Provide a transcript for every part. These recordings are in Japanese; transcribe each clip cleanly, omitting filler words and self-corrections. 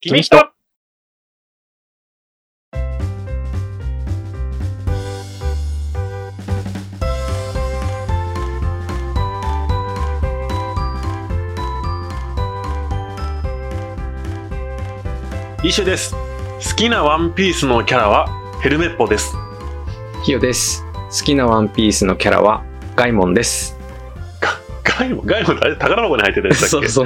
君とイシュです。好きなワンピースのキャラはヘルメッポです。 ヒヨです。好きなワンピースのキャラはガイモンです。 ガイモンって宝箱に入ってたやつだっけ？ そう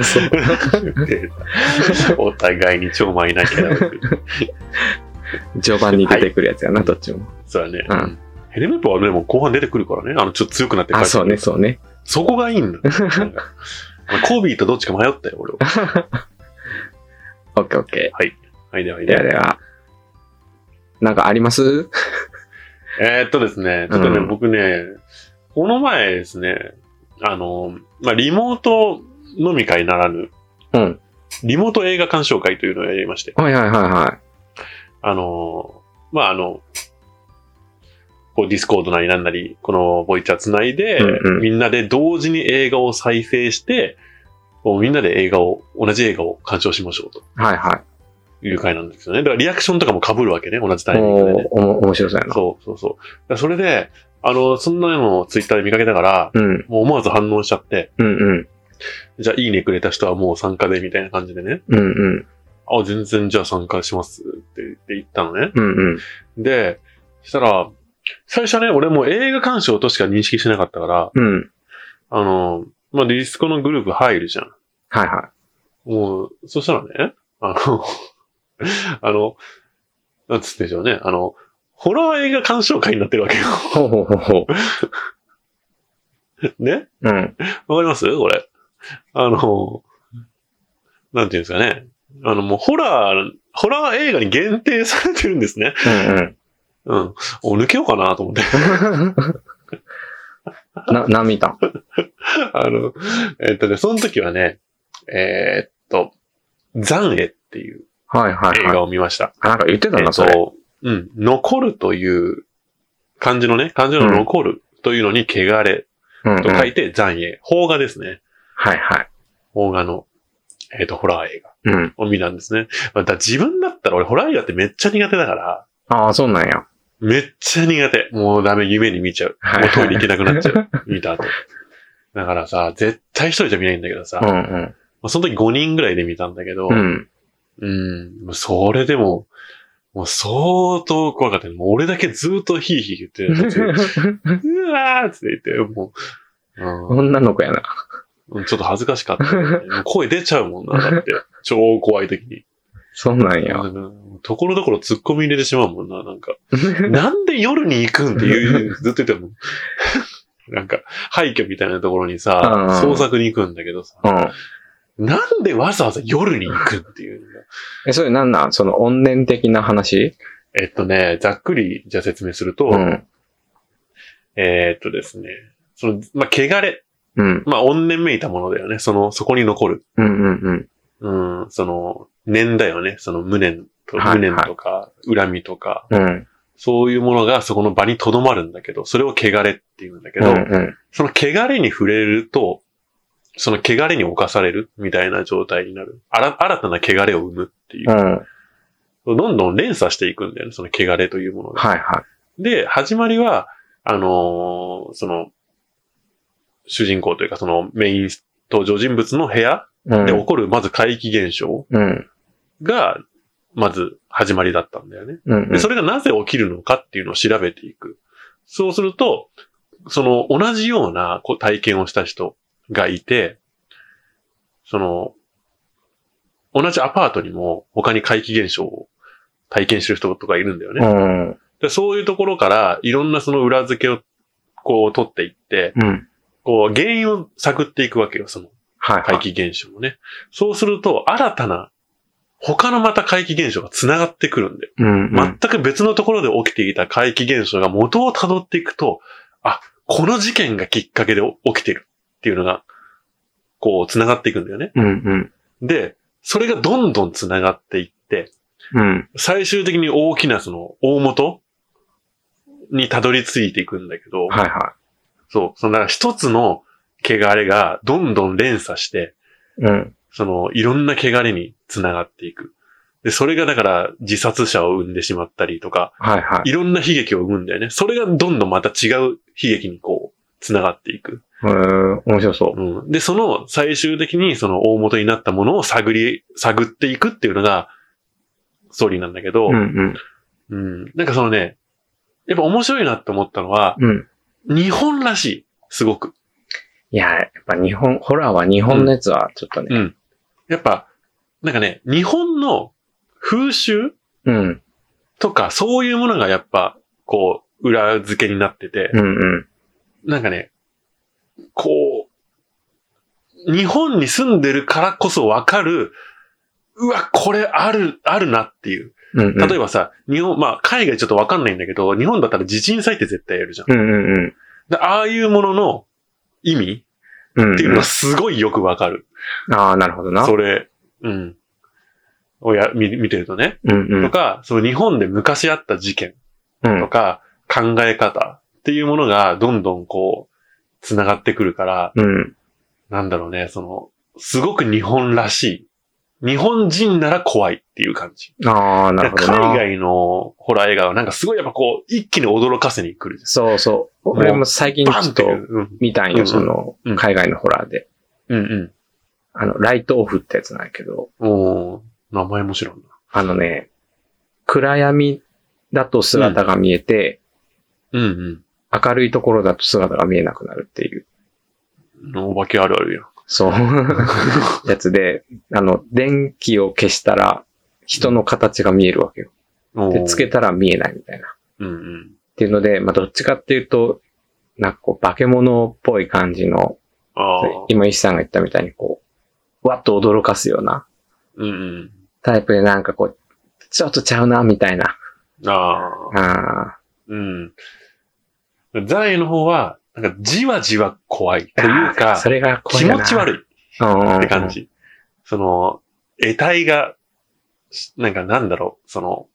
お互いに超マイナーキャラ序盤に出てくるやつやな、どっちも。 そうだね、うん、ヘルメッポはねもう後半出てくるからね、ちょっと強くなって帰ってくる。 そうねそこがいいんだコビーとどっちか迷ったよ俺は。 オッケー。 はいではではなんかあります？ ですね、ちょっとね、僕ね、この前ですね、リモート飲み会ならぬ、リモート映画鑑賞会というのをやりまして。 はい。 こうディスコードなりなんなり、このボイチャつないで、みんなで同時に映画を再生して、こうみんなで同じ映画を鑑賞しましょうと。いう回なんですよね。だからリアクションとかも被るわけね、同じタイミングでね。 面白そうやな。 そう。それで、そんなのをツイッターで見かけたから、もう思わず反応しちゃって、じゃあいいねくれた人はもう参加でみたいな感じでね。全然じゃあ参加しますって言ったのね。で、そしたら、最初ね、俺も映画鑑賞としか認識しなかったから、ディスコのグループ入るじゃん。もう、そしたらね、なんつってんでしょうね。ホラー映画鑑賞会になってるわけよ。ね？わかりますこれ。なんていうんですかね。もうホラー映画に限定されてるんですね。抜けようかなと思って。 何見た？ その時はね、残影っていう映画を見ました。 なんか言ってたな、それ。 残るという漢字の残るというのに汚れと書いて残影。邦画ですね。邦画の、ホラー映画を見たんですね。自分だったら俺ホラー映画ってめっちゃ苦手だから。 ああ、そうなんや。 めっちゃ苦手。もうダメ、夢に見ちゃう。もうトイレ行けなくなっちゃう。見た後。だからさ、絶対一人じゃ見ないんだけどさ。その時5人ぐらいで見たんだけど、それでもう相当怖かったね。もう俺だけずっとヒーヒー言ってるやつ。うわーって言って、もう。 女の子やな。 ちょっと恥ずかしかった、ね。声出ちゃうもんな、だって。超怖い時に。 そうなんや。 ところどころ突っ込み入れてしまうもんな、なんか。なんで夜に行くんってずっと言ってたもん。なんか、廃墟みたいなところにさ、捜索に行くんだけどさ。なんでわざわざ夜に行くっていうのが。 それなんその怨念的な話？ ざっくりじゃあ説明すると、ですね、汚れ。怨念めいたものだよね。そこに残る。念だよね。無念とか、恨みとか、そういうものがそこの場に留まるんだけど、それを汚れっていうんだけど、その汚れに触れると、その汚れに侵されるみたいな状態になる。新たな汚れを生むっていう。どんどん連鎖していくんだよね、その汚れというものが。で、始まりは、主人公というか、そのメイン登場人物の部屋で起こる、まず怪奇現象が、まず始まりだったんだよね。で、それがなぜ起きるのかっていうのを調べていく。そうすると、同じような体験をした人がいて、同じアパートにも他に怪奇現象を体験してる人とかいるんだよね。でそういうところからいろんなその裏付けをこう取っていって、こう原因を探っていくわけよ、怪奇現象をね。そうすると新たな他のまた怪奇現象が繋がってくるんで、全く別のところで起きていた怪奇現象が元を辿っていくと、この事件がきっかけで起きてるっていうのが、こう、繋がっていくんだよね。で、それがどんどん繋がっていって、最終的に大きな大元にたどり着いていくんだけど、そう、だから一つの汚れがどんどん連鎖して、いろんな汚れに繋がっていく。 で、それがだから自殺者を生んでしまったりとか、 はいはい。 いろんな悲劇を生むんだよね。それがどんどんまた違う悲劇にこう、繋がっていく。 面白そう。 うん。で、その最終的にその大元になったものを探っていくっていうのが、ストーリーなんだけど、なんかそのね、やっぱ面白いなって思ったのは、日本らしい。すごく。 いや、やっぱホラーは日本のやつはちょっとね。 やっぱ、なんかね、日本の風習とか、そういうものがやっぱ、こう、裏付けになってて、なんかね、こう、日本に住んでるからこそわかる、うわ、これあるなっていう。例えばさ、日本、まあ、海外ちょっとわかんないんだけど、日本だったら地震祭って絶対やるじゃん。でああいうものの意味っていうのがすごいよくわかる。 ああ、なるほどな。 それ、見てるとね。とか、その日本で昔あった事件とか、考え方っていうものがどんどんこう、繋がってくるから、なんだろうね、すごく日本らしい。日本人なら怖いっていう感じ。 ああ、なるほどな。 海外のホラー映画はなんかすごいやっぱこう、一気に驚かせに来る。 そうそう。俺も最近ちょっと見たんよ、海外のホラーで。ライトオフってやつなんやけど。 名前も知らんな。暗闇だと姿が見えて、明るいところだと姿が見えなくなるっていう。 お化けあるあるやん。 そう。やつで、電気を消したら人の形が見えるわけよ。で、つけたら見えないみたいな。っていうので、まあ、どっちかっていうと、なんかこう、化け物っぽい感じの、今石さんが言ったみたいにこう、わっと驚かすような、タイプでなんかこう、ちょっとちゃうな、みたいな。 ザイの方は、なんかじわじわ怖いというか、 それが怖い気持ち悪いって感じ。得体が、なんかなんだろ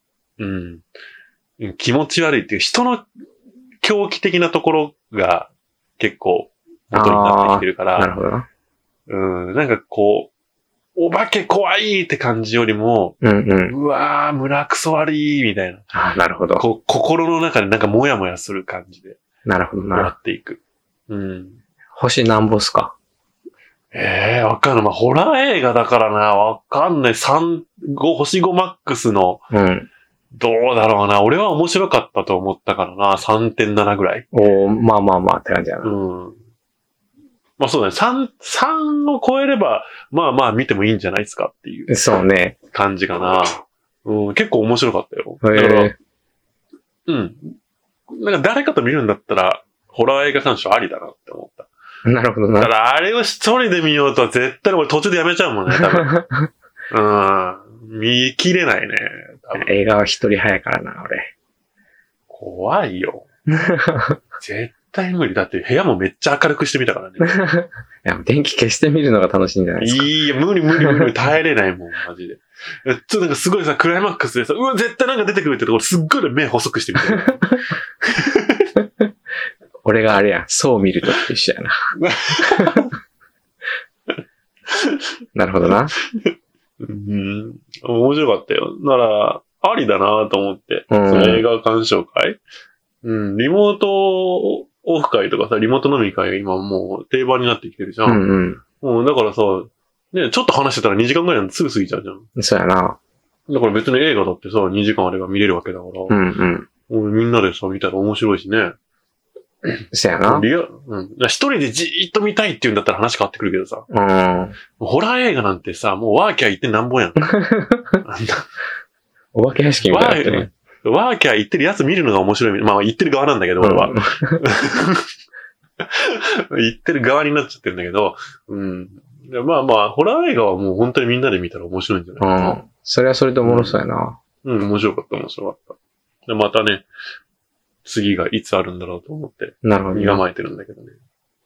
う、気持ち悪いっていう人の狂気的なところが結構元になってきてるから、 なるほどな。 なんかこう、お化け怖いって感じよりも、うわー、村クソ悪いみたいな。 なるほど。 こう心の中でなんかモヤモヤする感じで。 なるほどな。 終わっていく。 星なんぼっすか？ わかんない。まあ、ホラー映画だからな、わかんない。星5マックスの、どうだろうな。俺は面白かったと思ったからな、3.7 ぐらい。 まあまあまあって感じやな。 まあそうだね。3を超えれば、まあまあ見てもいいんじゃないですかっていう。 そうね。 感じかな。結構面白かったよ。だから、なんか誰かと見るんだったら、ホラー映画鑑賞ありだなって思った。 なるほどな。 だからあれを一人で見ようとは絶対俺途中でやめちゃうもんね、多分。見切れないね。 映画は一人早いからな、俺。 怖いよ。絶対無理。だって部屋もめっちゃ明るくしてみたからね。 いや、電気消してみるのが楽しいんじゃないですか。 いや、無理。耐えれないもん、マジで。ちょっとなんかすごいさ、クライマックスでさ、うわ、絶対なんか出てくるってところすっごい目細くしてみてる。 俺があれや、そう見るときと一緒やな。なるほどな。 面白かったよ。なら、ありだなと思って。その映画鑑賞会。リモートオフ会とかさ、リモート飲み会が今もう定番になってきてるじゃん。だからさ、ね、ちょっと話してたら2時間ぐらいすぐ過ぎちゃうじゃん。 そうやな。 だから別に映画だってさ、2時間あれば見れるわけだから。みんなでさ、見たら面白いしね。 そうやな。 一人でじーっと見たいって言うんだったら話変わってくるけどさ。ホラー映画なんてさ、もうワーキャー言ってなんぼやん。 お化け屋敷みたいなね。 ワーキャー言ってるやつ見るのが面白い。まあ言ってる側なんだけど、俺は。言ってる側になっちゃってるんだけど、まあまあ、ホラー映画はもう本当にみんなで見たら面白いんじゃないかな。 それはそれでおもろそうやな。 面白かった。で、またね、次がいつあるんだろうと思って、身構えてるんだけどね。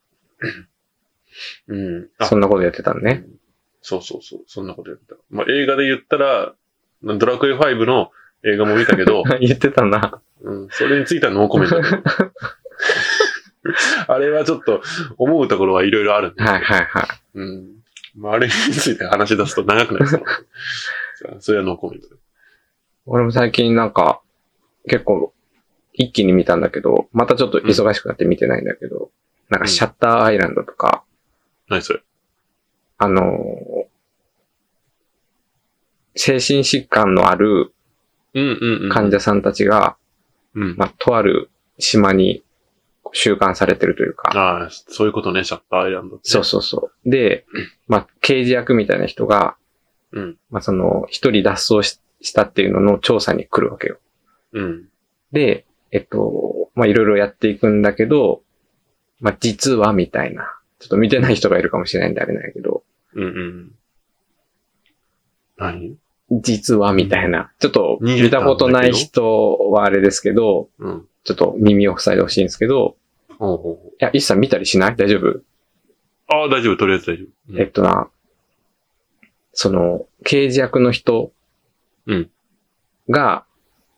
そんなことやってたんね。 そう。そんなことやってた。まあ映画で言ったら、ドラクエ5の映画も見たけど。 言ってたな。 それについてはノーコメント。あれはちょっと思うところはいろいろあるんで。 はい。 まあ、あれについて話し出すと長くなりそう。 それはノーコメントで。 俺も最近なんか、結構、一気に見たんだけど、またちょっと忙しくなって見てないんだけど、なんかシャッターアイランドとか、 何それ？ 精神疾患のある患者さんたちが、まあ、とある島に収監されてるというか。 ああ、そういうことね、シャッターアイランドって。 そうそうそう。で、まあ、刑事役みたいな人が、まあ、一人脱走したっていうのの調査に来るわけよ。で、まあ、いろいろやっていくんだけど、まあ、実はみたいな。ちょっと見てない人がいるかもしれないんであれないけど。 何？ 実はみたいな。ちょっと見たことない人はあれですけど、ちょっと耳を塞いでほしいんですけど、いや、一切見たりしない？大丈夫？ ああ、大丈夫。とりあえず大丈夫。刑事役の人が、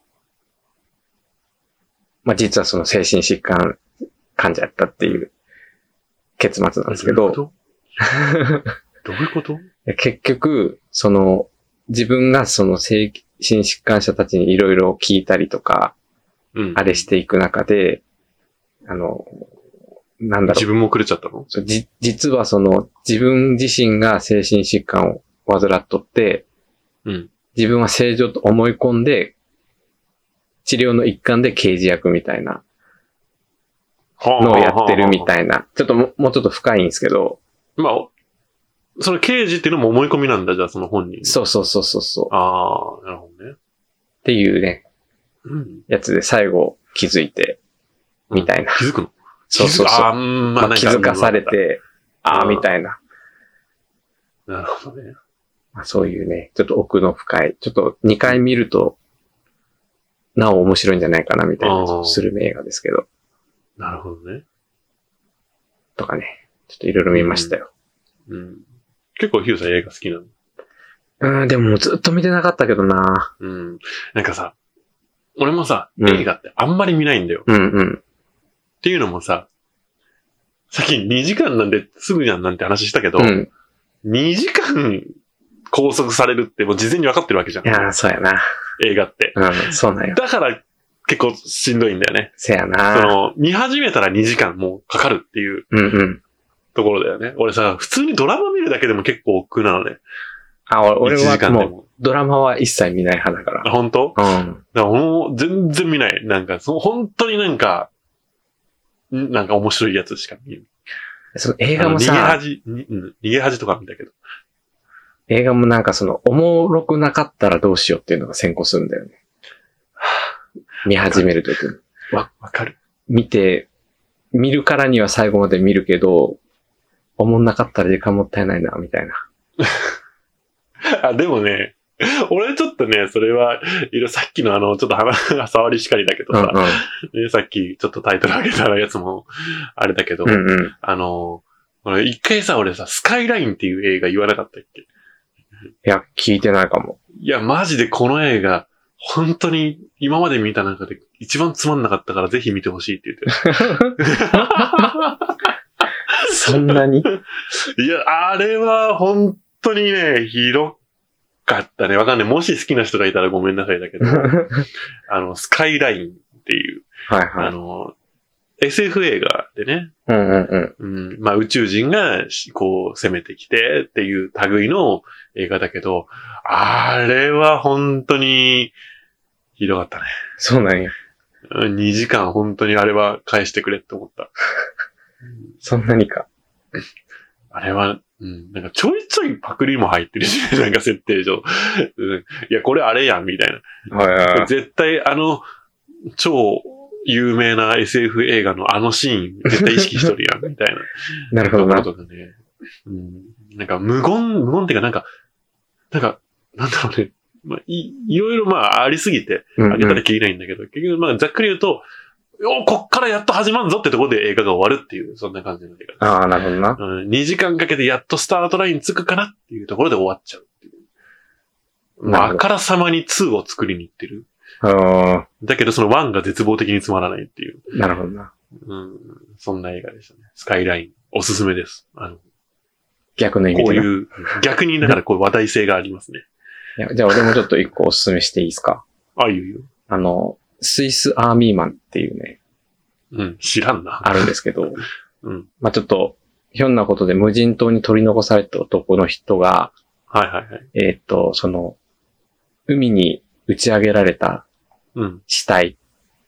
まあ、実はその精神疾患患者やったっていう結末なんですけど、 どういうこと？ 結局、自分がその精神疾患者たちにいろいろ聞いたりとか、あれしていく中で、なんだろう。 自分もくれちゃったの？ 実は自分自身が精神疾患を患っとって、自分は正常と思い込んで、治療の一環で刑事役みたいなのをやってるみたいな。ちょっともうちょっと深いんですけど。 まあ、その刑事っていうのも思い込みなんだ、じゃあその本人。 そう。 ああ、なるほどね。 っていうね、やつで最後気づいて、みたいな。 気づくの？ そう。まあ、気づかされて、みたいな。 なるほどね。 まあ、そういうね、ちょっと奥の深い、ちょっと2回見ると、なお面白いんじゃないかな、みたいな、する映画ですけど。 なるほどね。 とかね、ちょっといろいろ見ましたよ。 結構ヒューさん映画好きなの？ でもずっと見てなかったけどな。 なんかさ、俺もさ、映画ってあんまり見ないんだよ。っていうのもさ、さっき2時間なんですぐやんなんて話したけど、2時間拘束されるってもう事前に分かってるわけじゃん。 いやー、そうやな。 映画って。 そうなんよ。 だから結構しんどいんだよね。 せやな。 見始めたら2時間もうかかるっていうところだよね。俺さ、普通にドラマ見るだけでも結構億劫なのね。 俺はもうドラマは一切見ない派だから。 本当？だからもう全然見ない。なんか、本当になんか面白いやつしか見ない。 その映画もさ、 逃げ恥とか見たけど。 映画もなんかおもろくなかったらどうしようっていうのが先行するんだよね。見始めるときに。 わかる。 見るからには最後まで見るけど、おもんなかったら時間もったいないな、みたいな。 でもね、俺ちょっとね、それは、さっきのちょっと話が触りしかりだけどさ、さっきちょっとタイトル上げたやつも、あれだけど、一回さ、俺さ、スカイラインっていう映画言わなかったっけ？ いや、聞いてないかも。 いや、マジでこの映画、本当に今まで見た中で一番つまんなかったからぜひ見てほしいって言ってる。 そんなに？ いや、あれは本当にね、ひどかったね。わかんない。もし好きな人がいたらごめんなさいだけど、スカイラインっていう、SF 映画でね、まあ宇宙人がこう攻めてきてっていう類の映画だけど、あれは本当にひどかったね。 そうなんや。 2時間本当にあれは返してくれって思った。 そんなにか。 あれは、なんかちょいちょいパクリも入ってるし、なんか設定上。いや、これあれやん、みたいな。絶対超有名な SF 映画のシーン、絶対意識しとるやん、みたいな。なるほどな。 とかね。なんか無言っていうかなんだろうね。まあ、いろいろまあありすぎて、あげたらきりないんだけど、結局まあざっくり言うと、こっからやっと始まるぞってところで映画が終わるっていう、そんな感じの映画。なるほどな。 2時間かけてやっとスタートラインつくかなっていうところで終わっちゃうっていう。あからさまに2を作りに行ってる。だけどその1が絶望的につまらないっていう。 なるほどな。 そんな映画でしたね。スカイライン。おすすめです。 逆の意味で。 逆にだからこういう話題性がありますね。 いや、じゃあ俺もちょっと一個おすすめしていいですか？ あ、いいよ。 スイスアーミーマンっていうね。 うん、知らんな。 あるんですけど。 うん。 まあちょっと、ひょんなことで無人島に取り残された男の人が、 はいはいはい。 海に打ち上げられた死体。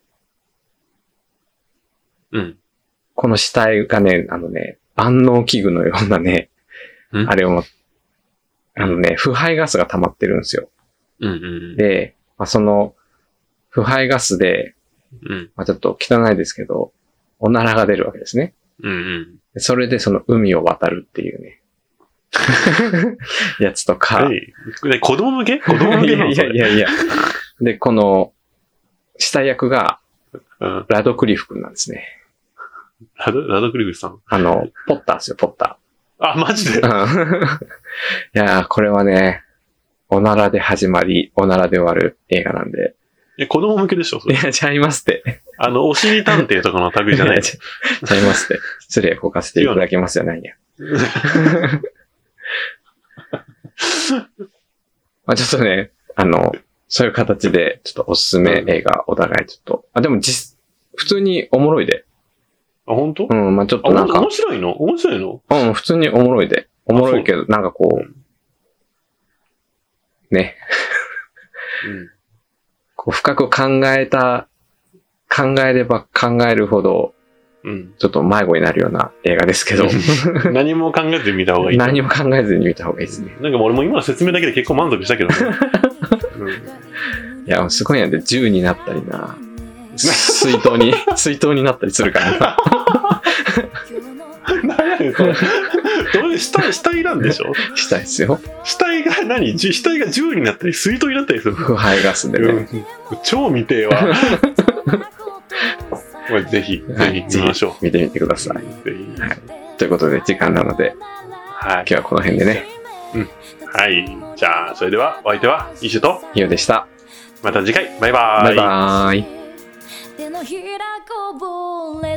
うん。 この死体がね、万能器具のようなね、あれを、腐敗ガスが溜まってるんですよ。 うんうん、 で、まあ、その、腐敗ガスで、まあ、ちょっと汚いですけど、おならが出るわけですね。 うんうん、 それでその海を渡るっていうね。やつとか。 子供向けなの？ いや。で、この、死体役が、ラドクリフ君なんですね。 ラドクリフさん？ ポッターですよ、ポッター。あ、マジで？ いやー、これはね、おならで始まり、おならで終わる映画なんで。 子供向けでしょ？それ。 いや、ちゃいますって。 おしり探偵とかの類じゃない。 ちゃいますって。失礼こかせていただきますじゃないや。まあちょっとね、そういう形で、ちょっとおすすめ映画、お互いちょっと。あ、でも普通におもろいで。 あ、本当？ うん、まあちょっとなんか。 面白いの？ うん、普通におもろいで。おもろいけど、なんかこう、ね。こう深く考えれば考えるほど、ちょっと迷子になるような映画ですけど。 何も考えずに見た方がいい。 何も考えずに見た方がいいですね。 なんか俺も今の説明だけで結構満足したけどね。 いや、すごいなんで10になったりな。水筒になったりするからな。 何やねん、それ。どういう死体なんでしょ？ 死体ですよ。 死体が10になったり、水筒になったりする。 腐敗ガスでね。 超見てえわ。これぜひ見ましょう。 見てみてください。はい、ということで、時間なので、今日はこの辺でね。 はい。じゃあ、それでは、お相手は、イシュと、 ヒヨでした。 また次回、バイバーイ。 バイバーイ。